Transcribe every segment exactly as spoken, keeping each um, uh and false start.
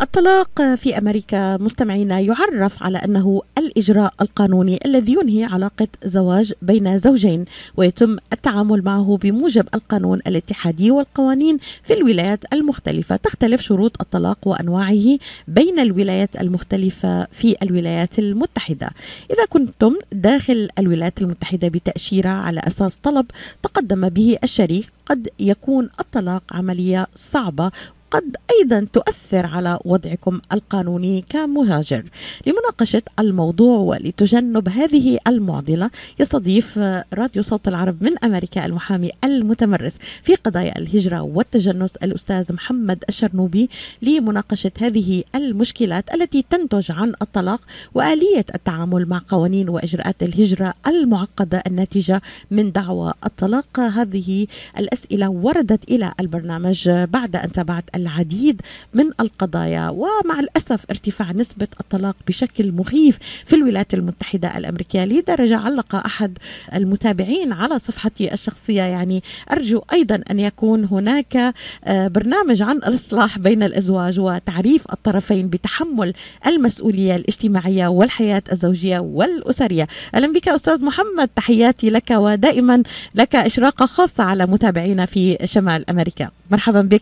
الطلاق في أمريكا مستمعينا يعرف على أنه الإجراء القانوني الذي ينهي علاقة زواج بين زوجين، ويتم التعامل معه بموجب القانون الاتحادي والقوانين في الولايات المختلفة. تختلف شروط الطلاق وأنواعه بين الولايات المختلفة في الولايات المتحدة. إذا كنتم داخل الولايات المتحدة بتأشيرة على أساس طلب تقدم به الشريك، قد يكون الطلاق عملية صعبة، قد أيضا تؤثر على وضعكم القانوني كمهاجر. لمناقشة الموضوع ولتجنب هذه المعضلة يستضيف راديو صوت العرب من أمريكا المحامي المتمرس في قضايا الهجرة والتجنس الأستاذ محمد الشرنوبي لمناقشة هذه المشكلات التي تنتج عن الطلاق وآلية التعامل مع قوانين وإجراءات الهجرة المعقدة الناتجة من دعوى الطلاق. هذه الأسئلة وردت إلى البرنامج بعد أن تابعت العديد من القضايا، ومع الأسف ارتفاع نسبة الطلاق بشكل مخيف في الولايات المتحدة الأمريكية، لدرجة علق أحد المتابعين على صفحتي الشخصية يعني أرجو أيضا أن يكون هناك برنامج عن الإصلاح بين الأزواج وتعريف الطرفين بتحمل المسؤولية الاجتماعية والحياة الزوجية والأسرية. أهلا بك أستاذ محمد، تحياتي لك، ودائما لك إشراقة خاصة على متابعينا في شمال أمريكا. مرحبا بك.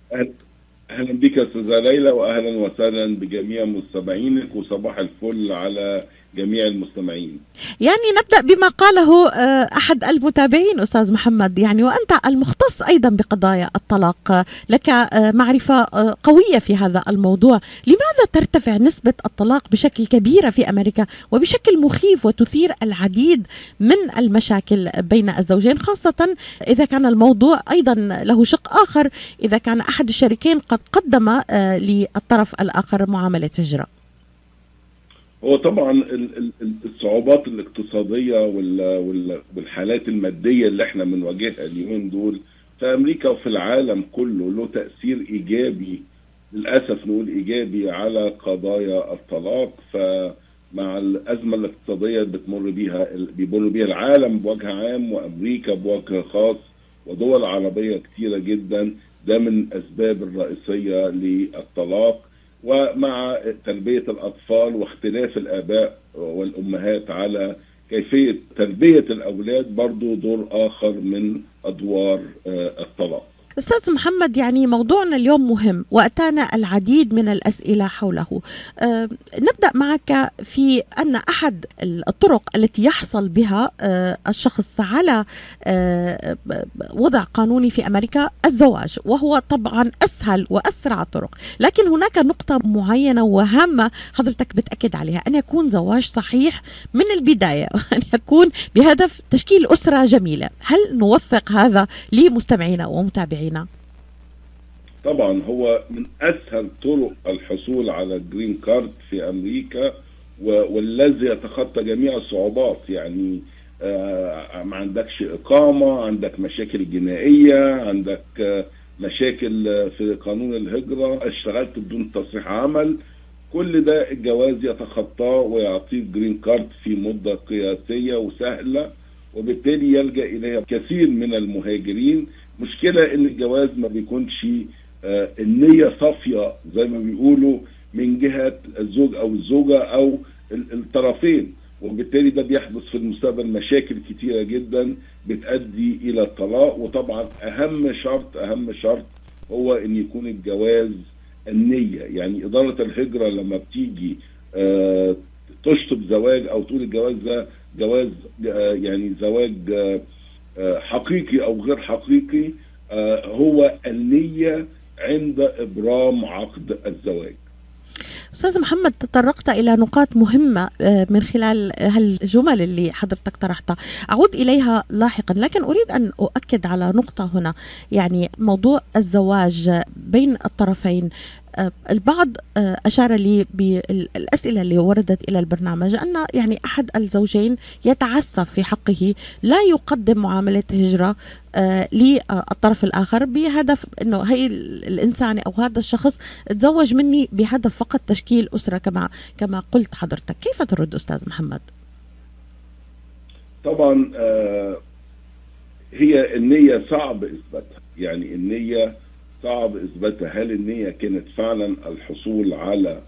أهلا بك أستاذة ليلى، وأهلا وسهلا بجميع مستمعينك، وصباح الفل على جميع المستمعين. يعني نبدأ بما قاله أحد المتابعين أستاذ محمد، يعني وأنت المختص أيضا بقضايا الطلاق، لك معرفة قوية في هذا الموضوع. لماذا ترتفع نسبة الطلاق بشكل كبير في أمريكا وبشكل مخيف وتثير العديد من المشاكل بين الزوجين، خاصة إذا كان الموضوع أيضا له شق آخر، إذا كان أحد الشريكين قد قدم للطرف الآخر معاملة هجرة؟ هو طبعا الصعوبات الاقتصادية والحالات المادية اللي احنا بنواجهها اليومين دول في أمريكا وفي العالم كله له تأثير إيجابي، للأسف نقول إيجابي، على قضايا الطلاق. فمع الأزمة الاقتصادية بتمر بيها بيمر بيها العالم بوجه عام وأمريكا بوجه خاص ودول عربية كتيرة جدا، ده من الأسباب الرئيسية للطلاق. ومع تربية الأطفال واختلاف الآباء والأمهات على كيفية تربية الأولاد برضو دور آخر من أدوار الطلاق. أستاذ محمد، يعني موضوعنا اليوم مهم وأتانا العديد من الأسئلة حوله. أه نبدأ معك في أن أحد الطرق التي يحصل بها أه الشخص على أه وضع قانوني في أمريكا الزواج، وهو طبعا أسهل وأسرع طرق، لكن هناك نقطة معينة وهامة حضرتك بتأكد عليها، أن يكون زواج صحيح من البداية وأن يكون بهدف تشكيل أسرة جميلة. هل نوفق هذا لمستمعينا ومتابعينا؟ طبعا هو من أسهل طرق الحصول على الجرين كارد في أمريكا، والذي يتخطى جميع الصعوبات. يعني آه ما عندكش إقامة، عندك مشاكل جنائية، عندك آه مشاكل في قانون الهجرة، اشتغلت بدون تصريح عمل، كل ده الجواز يتخطاه ويعطيك جرين كارد في مدة قياسية وسهلة، وبالتالي يلجأ إليها كثير من المهاجرين. مشكلة ان الجواز ما بيكونش آه النية صافية زي ما بيقولوا من جهة الزوج او الزوجة او الطرفين، وبالتالي ده بيحدث في المستقبل مشاكل كتيرة جدا بتؤدي الى الطلاق. وطبعا اهم شرط اهم شرط هو ان يكون الجواز النية. يعني ادارة الهجرة لما بتيجي آه تشطب زواج او تقول الجواز ده جواز آه يعني زواج آه حقيقي أو غير حقيقي، هو النية عند إبرام عقد الزواج. أستاذ محمد، تطرقت إلى نقاط مهمة من خلال هالجمل اللي حضرتك طرحتها، أعود إليها لاحقا، لكن أريد أن أؤكد على نقطة هنا. يعني موضوع الزواج بين الطرفين، البعض أشار لي بالأسئلة اللي وردت إلى البرنامج أن يعني أحد الزوجين يتعسف في حقه، لا يقدم معاملة هجرة للطرف الآخر بهدف أنه هي الإنسان أو هذا الشخص تزوج مني بهدف فقط تشكيل أسرة كما كما قلت حضرتك. كيف ترد أستاذ محمد؟ طبعا آه هي النية صعب إثباتها، يعني النية صعب اثباتها. هل النية كانت فعلا الحصول على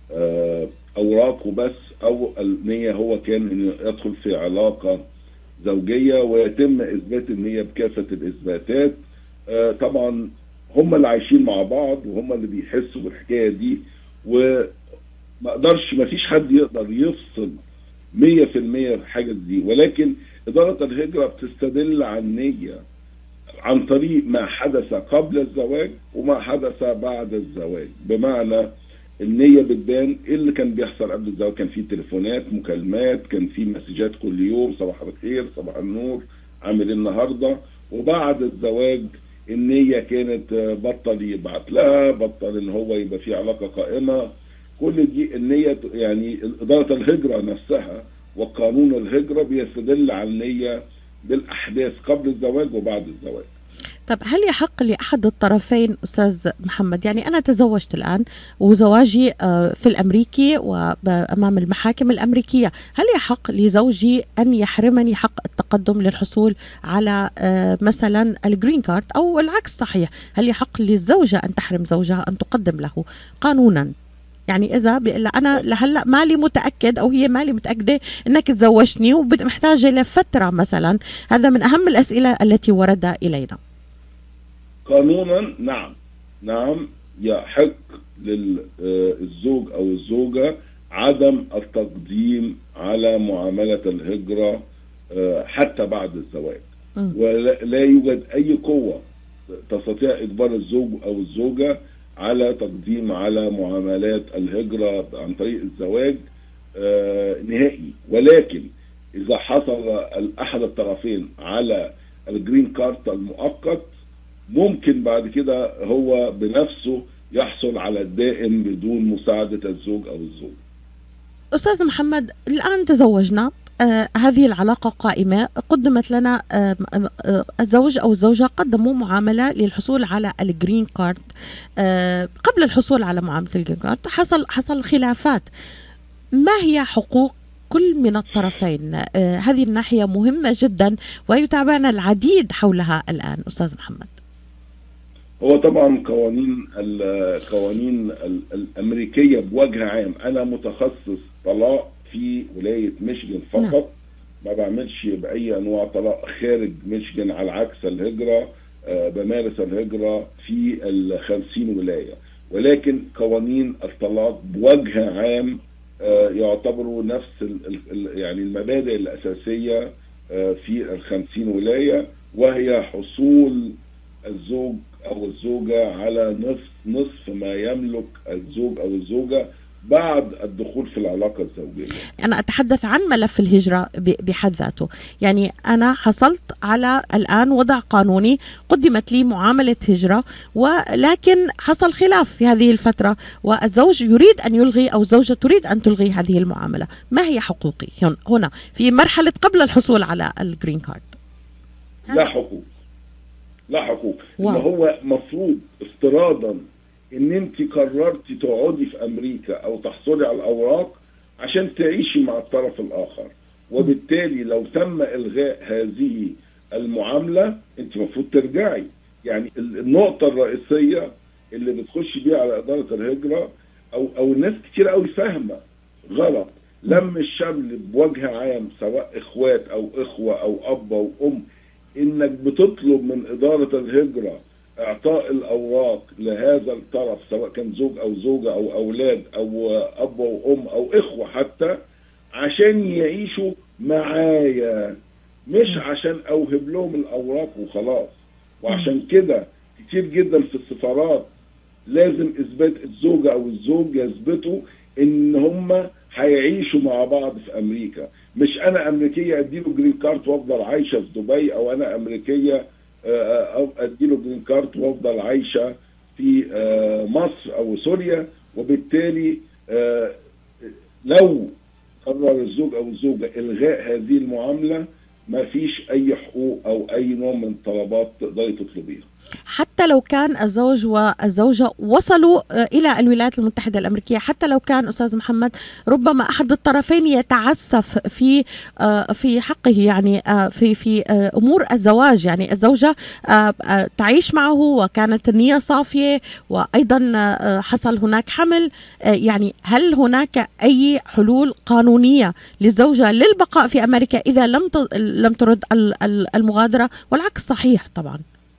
اوراق وبس، او النية هو كان انه يدخل في علاقة زوجية ويتم اثبات النية بكافة الاثباتات. طبعا هم اللي عايشين مع بعض وهم اللي بيحسوا بالحكاية دي، وما اقدرش ما فيش حد يقدر يفصل مية في المية الحاجة دي. ولكن إدارة الهجرة بتستدل عن النية عن طريق ما حدث قبل الزواج وما حدث بعد الزواج. بمعنى النية بتبان ايه اللي كان بيحصل قبل الزواج. كان في تليفونات، مكالمات، كان في مسجات كل يوم، صباح الخير، صباح النور، عامل النهارده. وبعد الزواج النية كانت بطل يبعت لها، بطل ان هو يبقى في علاقة قائمة. كل دي النية يعني إدارة الهجرة نفسها وقانون الهجرة بيستدل على النية بالأحداث قبل الزواج وبعد الزواج. طب هل يحق لأحد الطرفين أستاذ محمد، يعني أنا تزوجت الآن وزواجي في الأمريكي وأمام المحاكم الأمريكية، هل يحق لزوجي أن يحرمني حق التقدم للحصول على مثلا الجرين كارد، أو العكس صحيح، هل يحق للزوجة أن تحرم زوجها أن تقدم له قانونا؟ يعني إذا بيقول أنا لهلا مالي متأكد أو هي مالي متأكدة إنك تزوجتني ومحتاجة لفترة مثلا، هذا من أهم الأسئلة التي ورد إلينا. قانونا نعم نعم يحق للزوج أو الزوجة عدم التقديم على معاملة الهجرة حتى بعد الزواج، ولا يوجد أي قوة تستطيع إجبار الزوج أو الزوجة على تقديم على معاملات الهجرة عن طريق الزواج آه نهائي. ولكن إذا حصل أحد الطرفين على الجرين كارت المؤقت، ممكن بعد كده هو بنفسه يحصل على الدائم بدون مساعدة الزوج أو الزوج. أستاذ محمد، الآن تزوجنا، آه هذه العلاقة قائمة، قدمت لنا آه آه الزوج أو الزوجة قدموا معاملة للحصول على الجرين كارد. آه قبل الحصول على معاملة الجرين كارد حصل حصل خلافات. ما هي حقوق كل من الطرفين؟ آه هذه الناحية مهمة جدا ويتابعنا العديد حولها الآن أستاذ محمد. هو طبعا قوانين القوانين الأمريكية بوجه عام، أنا متخصص طلاق في ولاية ميشيغان فقط. نعم. ما بعملش بأي أنواع طلاق خارج ميشيغان، على عكس الهجرة آه بمارس الهجرة في الخمسين ولاية. ولكن قوانين الطلاق بوجه عام آه يعتبروا نفس ال ال يعني المبادئ الأساسية آه في الخمسين ولاية، وهي حصول الزوج أو الزوجة على نصف نصف ما يملك الزوج أو الزوجة بعد الدخول في العلاقة الزوجية. أنا أتحدث عن ملف الهجرة بحد ذاته. يعني أنا حصلت على الآن وضع قانوني، قدمت لي معاملة هجرة، ولكن حصل خلاف في هذه الفترة والزوج يريد أن يلغي أو الزوجة تريد أن تلغي هذه المعاملة. ما هي حقوقي هنا في مرحلة قبل الحصول على الجرين كارد؟ لا حقوق، لا حقوق. إن هو مفروض افتراضا ان انت قررتي تقعدي في امريكا او تحصلي على الاوراق عشان تعيشي مع الطرف الاخر، وبالتالي لو تم الغاء هذه المعاملة انت المفروض ترجعي. يعني النقطة الرئيسية اللي بتخش بيها على ادارة الهجرة او او الناس كتير قوي فاهمة غلط، لم الشمل بوجه عام سواء اخوات او اخوة او اب او ام، انك بتطلب من ادارة الهجرة اعطاء الاوراق لهذا الطرف سواء كان زوج او زوجة او اولاد او اب وام او اخوة حتى، عشان يعيشوا معايا، مش عشان اوهب لهم الاوراق وخلاص. وعشان كده كتير جدا في السفارات لازم اثبات الزوجة او الزوج يثبتوا ان هم هيعيشوا مع بعض في امريكا. مش انا امريكية اديله جرين كارت وافضل عايشة في دبي، او انا امريكية او اديله جرين كارت وافضل عايشة في مصر او سوريا. وبالتالي لو قرر الزوج او الزوجة الغاء هذه المعاملة ما فيش اي حقوق او اي نوع من الطلبات تقدري تطلبيها. حتى لو كان الزوج والزوجة وصلوا إلى الولايات المتحدة الأمريكية، حتى لو كان أستاذ محمد ربما أحد الطرفين يتعسف في في حقه، يعني في في أمور الزواج، يعني الزوجة تعيش معه وكانت النية صافية وأيضا حصل هناك حمل، يعني هل هناك أي حلول قانونية للزوجة للبقاء في أمريكا إذا لم لم ترد المغادرة؟ والعكس صحيح طبعا.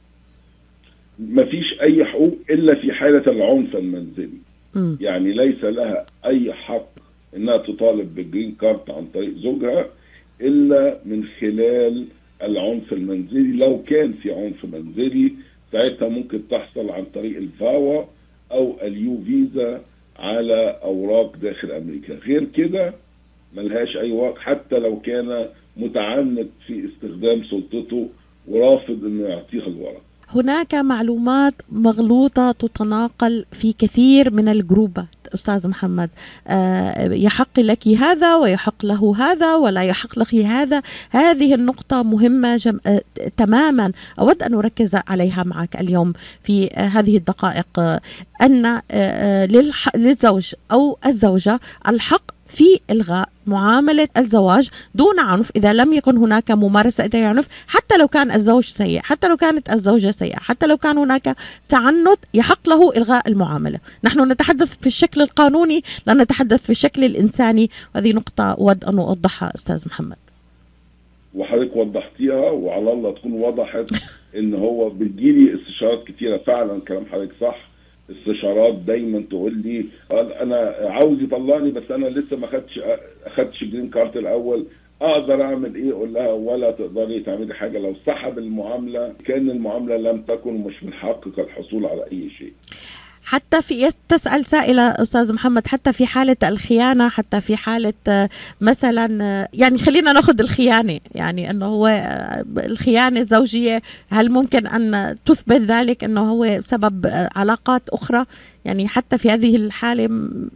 ما فيش أي حقوق إلا في حالة العنف المنزلي. م. يعني ليس لها أي حق إنها تطالب بالجرين كارت عن طريق زوجها إلا من خلال العنف المنزلي. لو كان في عنف منزلي ساعتها ممكن تحصل عن طريق الفاوا أو اليو فيزا على أوراق داخل أمريكا. غير كده ملهاش أي وقت، حتى لو كان متعنت في استخدام سلطته ورافض إنه يعطيها الورق. هناك معلومات مغلوطة تتناقل في كثير من الجروبات أستاذ محمد، آه يحق لك هذا ويحق له هذا ولا يحق لك هذا. هذه النقطة مهمة جم... آه تماما، أود أن أركز عليها معك اليوم في آه هذه الدقائق، آه أن آه للح... للزوج أو الزوجة الحق في إلغاء معاملة الزواج دون عنف إذا لم يكن هناك ممارسة أي عنف، حتى لو كان الزوج سيء، حتى لو كانت الزوجة سيئة، حتى لو كان هناك تعنت، يحق له إلغاء المعاملة. نحن نتحدث في الشكل القانوني، لا نتحدث في الشكل الإنساني، وهذه نقطة أود أن أوضحها أستاذ محمد. وحضرتك وضحتيها وعلى الله تكون وضحت. إن هو بتجيلي استشارات كتيرة، فعلا كلام حضرتك صح. استشارات دايما تقول لي انا عاوز يطلعني بس انا لسه ما خدتش اخدتش جرين كارت الاول، اقدر اعمل ايه؟ اقول لها ولا تقدري تعملي حاجه. لو سحب المعامله كان المعامله لم تكن مش من حقك الحصول على اي شيء. حتى في تسأل سائلة أستاذ محمد، حتى في حالة الخيانة، حتى في حالة مثلا، يعني خلينا ناخذ الخيانة، يعني أنه هو الخيانة الزوجية، هل ممكن أن تثبت ذلك أنه هو سبب علاقات أخرى؟ يعني حتى في هذه الحالة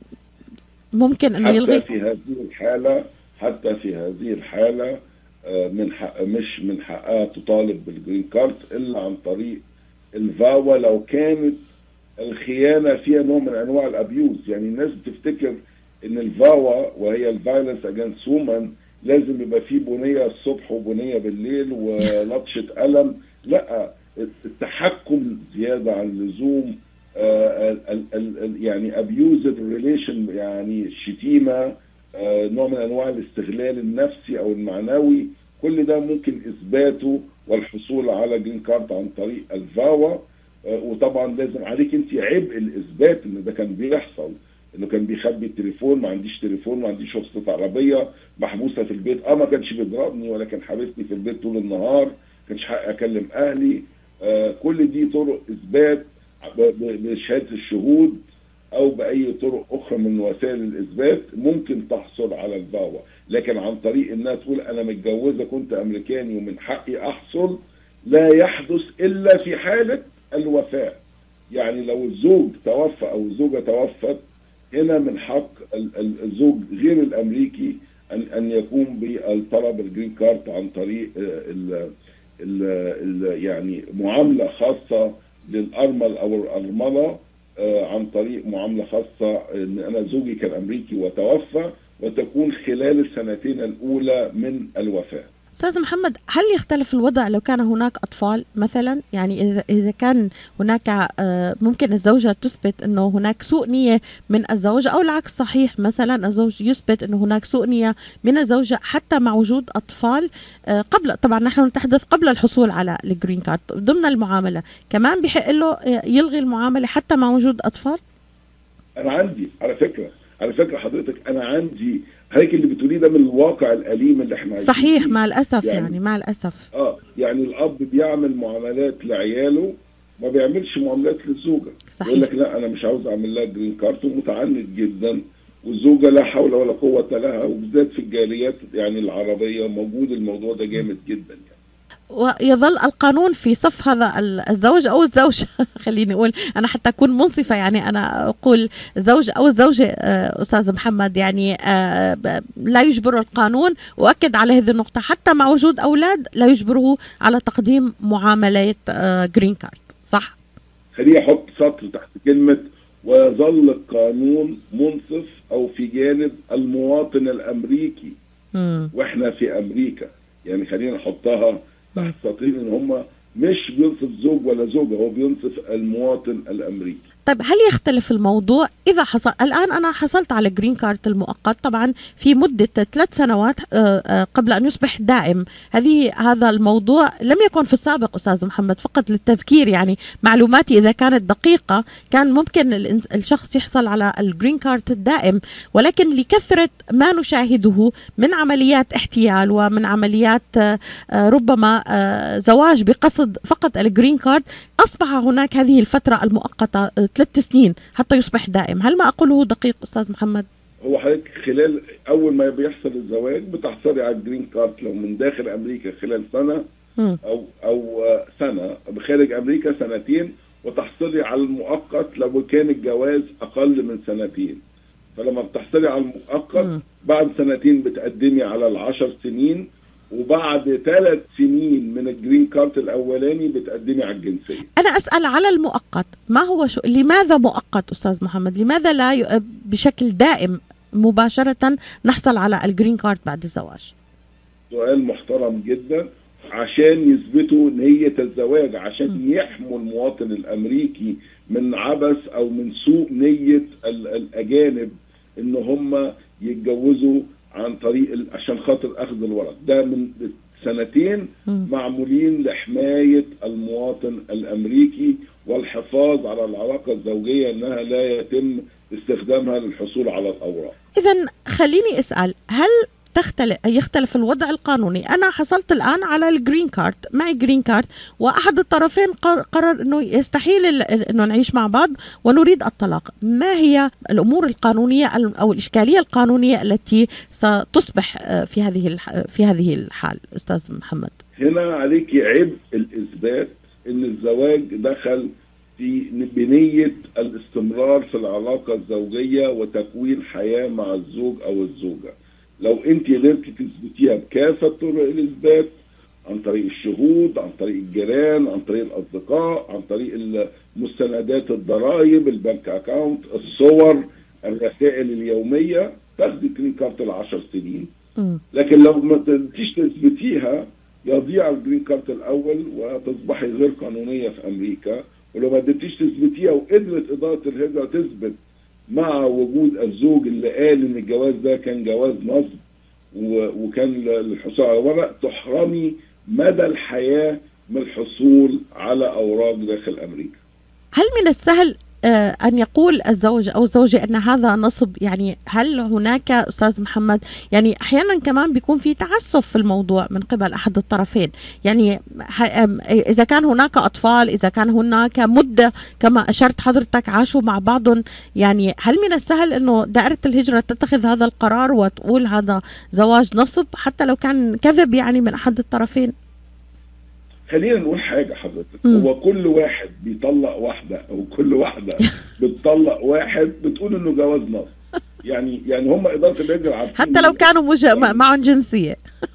ممكن أنه يلغي. حتى في هذه الحالة حتى في هذه الحالة من حق مش من حقها تطالب بالجرين كارت إلا عن طريق الفاوا لو كانت الخيانة فيها نوع من أنواع الأبيوز. يعني الناس بتفتكر إن الفاوا وهي الفايلنس أجينست وومن لازم يبقى فيه بنية الصبح وبنية بالليل ولطشة قلم. لا، التحكم زيادة عن اللزوم، آه ال ال يعني abusive relation، يعني الشتيمة، آه نوع من أنواع الاستغلال النفسي أو المعنوي، كل ده ممكن إثباته والحصول على جرين كارت عن طريق الفاوا. وطبعا لازم عليك انت عبء الاثبات ان ده كان بيحصل، انه كان بيخبي التليفون، ما عنديش تليفون، ما عنديش رخصه عربيه، محبوسه في البيت، اه ما كانش بيضربني ولا كان حابسني في البيت طول النهار، ما كانش حقي اكلم اهلي. آه كل دي طرق اثبات بشهاده الشهود او باي طرق اخرى من وسائل الاثبات ممكن تحصل على الفاوا. لكن عن طريق انها تقول انا متجوزه كنت امريكاني ومن حقي احصل، لا يحدث الا في حاله الوفاة. يعني لو الزوج توفى او الزوجة توفت، هنا من حق الزوج غير الامريكي ان ان يقوم بالطلب الجرين كارت عن طريق ال ال يعني معاملة خاصة للارمل او الارملة، عن طريق معاملة خاصة ان انا زوجي كان امريكي وتوفى، وتكون خلال السنتين الاولى من الوفاة. أستاذ محمد، هل يختلف الوضع لو كان هناك أطفال مثلا؟ يعني إذا إذا كان هناك ممكن الزوجة تثبت أنه هناك سوء نية من الزوج، أو العكس صحيح، مثلا الزوج يثبت أنه هناك سوء نية من الزوجة حتى مع وجود أطفال، قبل طبعا نحن نتحدث قبل الحصول على الجرين كارد ضمن المعاملة، كمان بحق له يلغي المعاملة حتى مع وجود أطفال؟ أنا عندي على فكرة على فكرة حضرتك أنا عندي هيك اللي بتقوليه ده من الواقع الأليم اللي احنا عايشين صحيح فيه. مع الأسف يعني, يعني مع الأسف اه يعني الأب بيعمل معاملات لعياله، ما بيعملش معاملات للزوجة. صحيح. يقول لك لا أنا مش عاوز أعمل لها جرين كارت، ومتعنت جدا، والزوجة لا حول ولا قوة لها، وبالذات في الجاليات يعني العربية موجود الموضوع ده جامد جدا يعني. ويظل القانون في صف هذا الزوج أو الزوجة خليني أقول أنا حتى أكون منصفة، يعني أنا أقول زوج أو الزوجة أستاذ محمد، يعني لا يجبر القانون، وأكد على هذه النقطة، حتى مع وجود أولاد لا يجبره على تقديم معاملة جرين كارد. صح. خليه يحط سطر تحت كلمة ويظل القانون منصف أو في جانب المواطن الأمريكي. مم. وإحنا في أمريكا، يعني خلينا نحطها تحت سطرين إن هم مش بينصف زوج ولا زوجة، هو بينصف المواطن الأمريكي. طيب هل يختلف الموضوع إذا حصل الآن أنا حصلت على جرين كارد المؤقت طبعا في مدة ثلاث سنوات قبل أن يصبح دائم؟ هذه هذا الموضوع لم يكن في السابق أستاذ محمد، فقط للتذكير يعني معلوماتي إذا كانت دقيقة كان ممكن الشخص يحصل على الجرين كارد الدائم، ولكن لكثرة ما نشاهده من عمليات احتيال ومن عمليات ربما زواج بقصد فقط الجرين كارد أصبح هناك هذه الفترة المؤقتة ثلاث سنين حتى يصبح دائم. هل ما أقوله دقيق أستاذ محمد؟ هو حضرتك خلال أول ما بيحصل الزواج بتحصلي على الجرين كارد لو من داخل أمريكا خلال سنة م. أو أو سنة، بخارج أمريكا سنتين، وتحصلي على المؤقت لو كان الجواز أقل من سنتين. فلما بتحصلي على المؤقت م. بعد سنتين بتقدمي على العشر سنين، وبعد ثلاث سنين من الجرين كارت الأولاني بتقدمي على الجنسية. أنا أسأل على المؤقت، ما هو شو لماذا مؤقت أستاذ محمد؟ لماذا لا ي... بشكل دائم مباشرة نحصل على الجرين كارت بعد الزواج؟ سؤال محترم جدا. عشان يثبتوا نية الزواج، عشان م. يحموا المواطن الأمريكي من عبث أو من سوء نية الأجانب إن هم يتجوزوا عن طريق عشان خاطر اخذ الورق ده من سنتين م. معمولين لحماية المواطن الامريكي والحفاظ على العلاقة الزوجية انها لا يتم استخدامها للحصول على الاوراق. اذا خليني اسأل، هل تختلف يختلف الوضع القانوني؟ أنا حصلت الآن على الجرين كارد، معي جرين كارد، وأحد الطرفين قرر أنه يستحيل أنه نعيش مع بعض ونريد الطلاق. ما هي الأمور القانونية أو الإشكالية القانونية التي ستصبح في هذه في هذه الحال أستاذ محمد؟ هنا عليك عبء الإثبات أن الزواج دخل في بنية الاستمرار في العلاقة الزوجية وتكوين حياة مع الزوج أو الزوجة. لو انت قدرت تثبتيها بكافة طرق الاثبات، عن طريق الشهود، عن طريق الجيران، عن طريق الاصدقاء، عن طريق مستندات الضرائب، البنك اكاونت، الصور، الرسائل اليومية، تاخدي جرين كارت العشر سنين. لكن لو ما قدرتيش تثبتيها يضيع الجرين كارت الاول وتصبحي غير قانونية في امريكا. ولو ما قدرتيش تثبتيها وقدرت ادارة الهجرة تثبت مع وجود الزوج اللي قال ان الجواز ده كان جواز نصب وكان للحصول على ورق، تحرمي مدى الحياة من الحصول على اوراق داخل امريكا. هل من السهل آه أن يقول الزوج أو الزوجة أن هذا نصب؟ يعني هل هناك أستاذ محمد يعني أحيانا كمان بيكون في تعسف في الموضوع من قبل أحد الطرفين؟ يعني إذا كان هناك أطفال، إذا كان هناك مدة كما أشرت حضرتك عاشوا مع بعض، يعني هل من السهل أنه دائرة الهجرة تتخذ هذا القرار وتقول هذا زواج نصب حتى لو كان كذب يعني من أحد الطرفين؟ خلينا نقول حاجة حضرتك، هو كل واحد بيطلق واحدة أو كل واحدة بتطلق واحد بتقول إنه جواز نصب. يعني يعني هم إدارة الهجرة عارفين حتى لو كانوا مج... يعني معهم جنسية.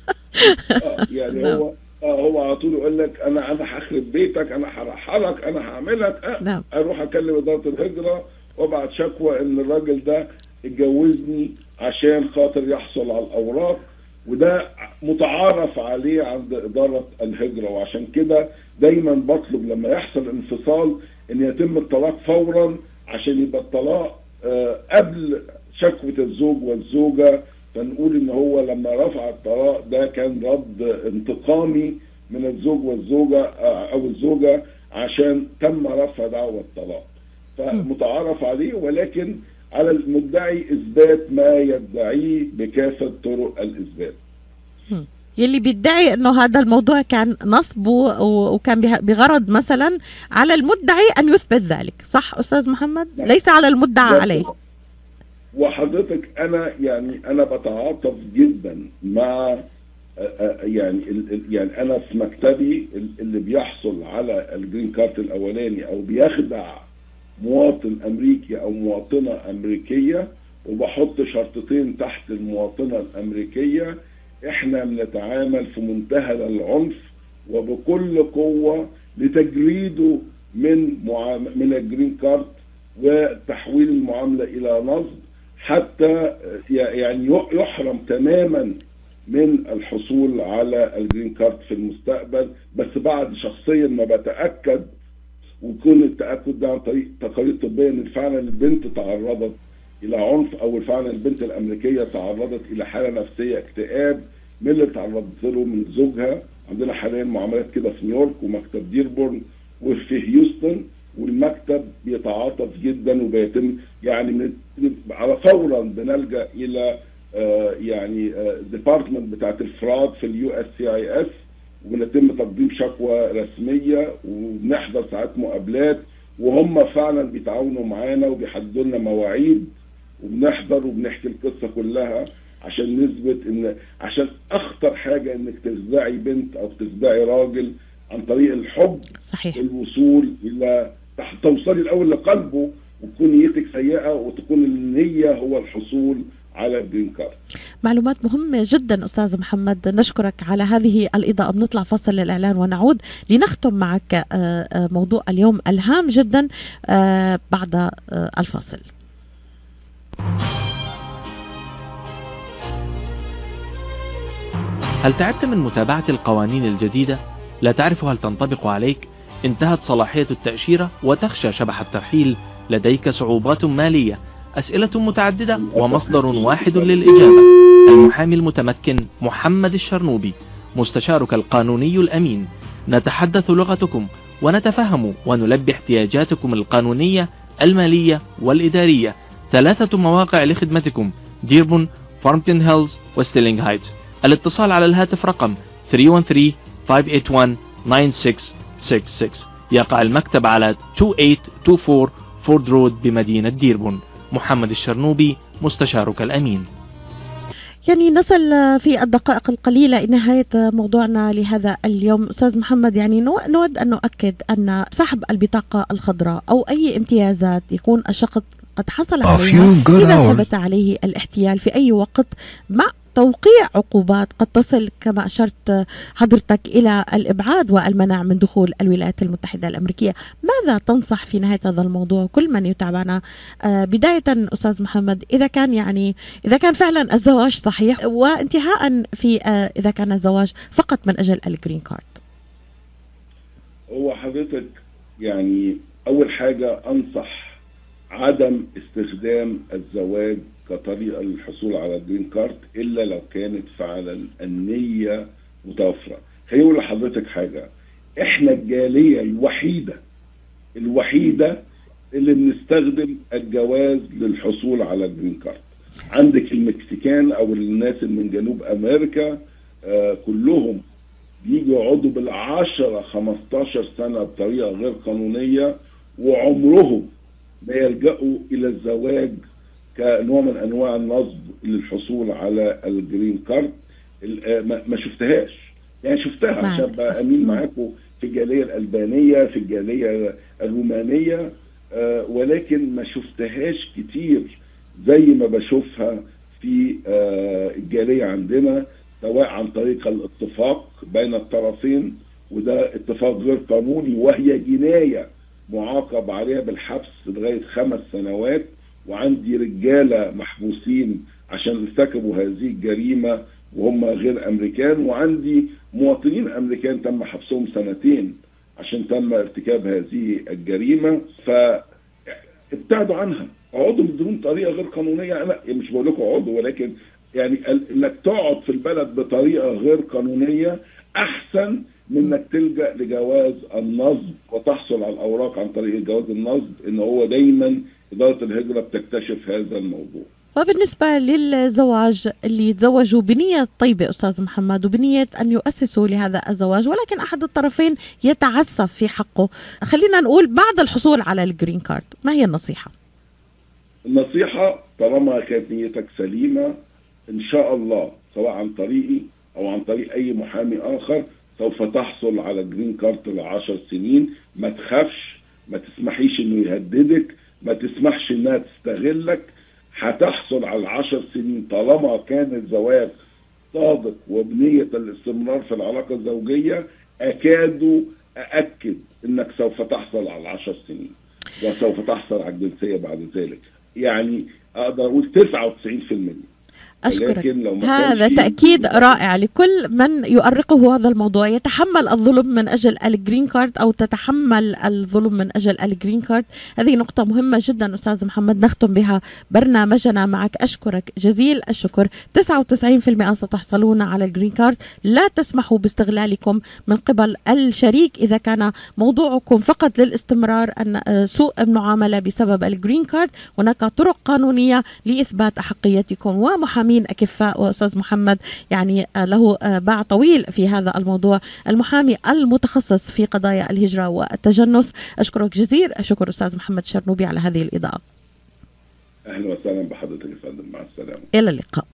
آه يعني نعم. هو آه هو على طول يقول لك أنا أنا هخرب بيتك، أنا هرحلك، أنا هعملك. آه نعم. أروح أكلم إدارة الهجرة وأبعت شكوى إن الراجل ده اتجوزني عشان خاطر يحصل على الأوراق، وده متعارف عليه عند إدارة الهجرة. وعشان كده دايما بطلب لما يحصل انفصال ان يتم الطلاق فورا، عشان يبقى الطلاق آه قبل شكوى الزوج والزوجة، فنقول ان هو لما رفع الطلاق ده كان رد انتقامي من الزوج والزوجة آه او الزوجة عشان تم رفع دعوى الطلاق. فمتعارف عليه، ولكن على المدعي إثبات ما يدعيه بكافة طرق الإثبات. يلي بيدعي أنه هذا الموضوع كان نصب وكان بغرض مثلا على المدعي أن يثبت ذلك، صح أستاذ محمد؟ نعم. ليس على المدعى عليه. وحضرتك أنا يعني أنا بتعاطف جدا مع يعني يعني أنا في مكتبي اللي بيحصل على الجرين كارت الأولاني أو بيخدع مواطن أمريكي أو مواطنة أمريكية، وبحط شرطتين تحت المواطنة الأمريكية. إحنا بنتعامل في منتهى العنف وبكل قوة لتجريده من معام... من الجرين كارد وتحويل المعامله الى نصب، حتى يعني يحرم تماما من الحصول على الجرين كارد في المستقبل، بس بعد شخصيا ما بتاكد، ويكون التاكد ده عن طريق تقارير طبيه ان فعلا البنت تعرضت الى عنف، او فعلا البنت الامريكيه تعرضت الى حاله نفسيه اكتئاب من اللي تعرضت له من زوجها. عندنا حاليا معاملات كده في نيويورك ومكتب ديربورن وفي هيوستن، والمكتب بيتعاطف جدا وبيتم يعني من على فورا بنلجا الى آه يعني ديبارتمنت آه بتاعت الفراد في اليو اس سي اي اس، وبنتم تقديم شكوى رسميه، وبنحضر ساعات مقابلات، وهم فعلا بيتعاونوا معانا وبيحددوا لنا مواعيد، وبنحضر وبنحكي القصه كلها عشان نثبت ان عشان اخطر حاجه انك تخدعي بنت او تخدعي راجل عن طريق الحب. صحيح. الوصول الى توصلي الاول لقلبه، وتكون نيتك سيئه، وتكون النيه هو الحصول على الجرين كارد. معلومات مهمة جدا أستاذ محمد، نشكرك على هذه الإضاءة. بنطلع فاصل للإعلان ونعود لنختم معك موضوع اليوم الهام جدا بعد الفاصل. هل تعبت من متابعة القوانين الجديدة؟ لا تعرف هل تنطبق عليك؟ انتهت صلاحية التأشيرة وتخشى شبح الترحيل؟ لديك صعوبات مالية؟ أسئلة متعددة ومصدر واحد للإجابة. المحامي المتمكن محمد الشرنوبي، مستشارك القانوني الأمين. نتحدث لغتكم ونتفهم ونلبي احتياجاتكم القانونية المالية والإدارية. ثلاثة مواقع لخدمتكم: ديربون، فارمتون هيلز، وستيلينغ هايتس. الاتصال على الهاتف رقم ثلاثة واحد ثلاثة خمسة ثمانية واحد تسعة ستة ستة. يقع المكتب على اثنين ثمانية اثنين أربعة فورد رود بمدينة ديربون. محمد الشرنوبي، مستشارك الأمين. يعني نصل في الدقائق القليلة إلى نهاية موضوعنا لهذا اليوم. أستاذ محمد، يعني نود أن نؤكد أن سحب البطاقة الخضراء أو أي امتيازات يكون الشخص قد حصل عليها إذا ثبت عليه الاحتيال في أي وقت، مع توقيع عقوبات قد تصل كما أشرت حضرتك إلى الإبعاد والمنع من دخول الولايات المتحدة الأمريكية. ماذا تنصح في نهاية هذا الموضوع كل من يتابعنا؟ آه بداية أستاذ محمد، إذا كان يعني إذا كان فعلا الزواج صحيح، وانتهاء في آه إذا كان الزواج فقط من أجل الجرين كارد. هو حضرتك يعني أول حاجة أنصح عدم استخدام الزواج كطريقة للحصول على الجرين كارد إلا لو كانت فعلا النية متوفرة. خليني أقول لحضرتك حاجة، إحنا الجالية الوحيدة الوحيدة اللي بنستخدم الجواز للحصول على الجرين كارد. عندك المكسيكان أو الناس اللي من جنوب أمريكا آه كلهم بيجوا يقعدوا بالعشرة خمستاشر سنة بطريقة غير قانونية، وعمرهم ما يلجأوا إلى الزواج كنوع من انواع النصب للحصول على الجرين كارد. ما شفتهاش، يعني شفتها عشان ابقى امين معاكم في الجاليه الالبانيه، في الجاليه الرومانيه، آه ولكن ما شفتهاش كتير زي ما بشوفها في آه الجاليه عندنا، سواء عن طريق الاتفاق بين الطرفين، وده اتفاق غير قانوني وهي جنايه معاقب عليها بالحبس لغايه خمس سنوات. وعندي رجالة محبوسين عشان ارتكبوا هذه الجريمة وهم غير أمريكان، وعندي مواطنين أمريكان تم حبسهم سنتين عشان تم ارتكاب هذه الجريمة. فابتعدوا عنها، اقعدوا بدون طريقة غير قانونية. أنا مش بقول لكم اقعدوا، ولكن يعني انك تقعد في البلد بطريقة غير قانونية أحسن من انك تلجأ لجواز النصب وتحصل على الأوراق عن طريق جواز النصب، إن هو دايما إدارة الهجرة بتكتشف هذا الموضوع. وبالنسبة للزواج اللي يتزوجوا بنية طيبة أستاذ محمد، وبنية أن يؤسسوا لهذا الزواج، ولكن أحد الطرفين يتعسف في حقه، خلينا نقول بعد الحصول على الجرين كارد، ما هي النصيحة؟ النصيحة طالما كانت نيتك سليمة إن شاء الله، سواء عن طريقي أو عن طريق أي محامي آخر، سوف تحصل على الجرين كارد لعشر سنين. ما تخافش، ما تسمحيش إنه يهددك، ما تسمحش إنها تستغلك. هتحصل على العشر سنين طالما كان الزواج صادق وبنية الاستمرار في العلاقة الزوجية. أكاد أأكد أنك سوف تحصل على عشر سنين وسوف تحصل على الجنسية بعد ذلك. يعني أقدر أقول تسعة وتسعين بالمئة. أشكرك. هذا تأكيد رائع لكل من يؤرقه هذا الموضوع، يتحمل الظلم من أجل الجرين كارد أو تتحمل الظلم من أجل الجرين كارد. هذه نقطة مهمة جدا أستاذ محمد نختم بها برنامجنا معك. أشكرك جزيل الشكر. تسعة وتسعين بالمئة ستحصلون على الجرين كارد. لا تسمحوا باستغلالكم من قبل الشريك إذا كان موضوعكم فقط للاستمرار أن سوء المعاملة بسبب الجرين كارد. هناك طرق قانونية لإثبات أحقيتكم ومحامين أكفاء، وأستاذ محمد يعني له باع طويل في هذا الموضوع، المحامي المتخصص في قضايا الهجرة والتجنس. أشكرك جزيل الشكر أستاذ محمد شرنوبي على هذه الإضاءة. أهلا وسهلا بحضرتك يا فندم، مع السلامة. إلى اللقاء.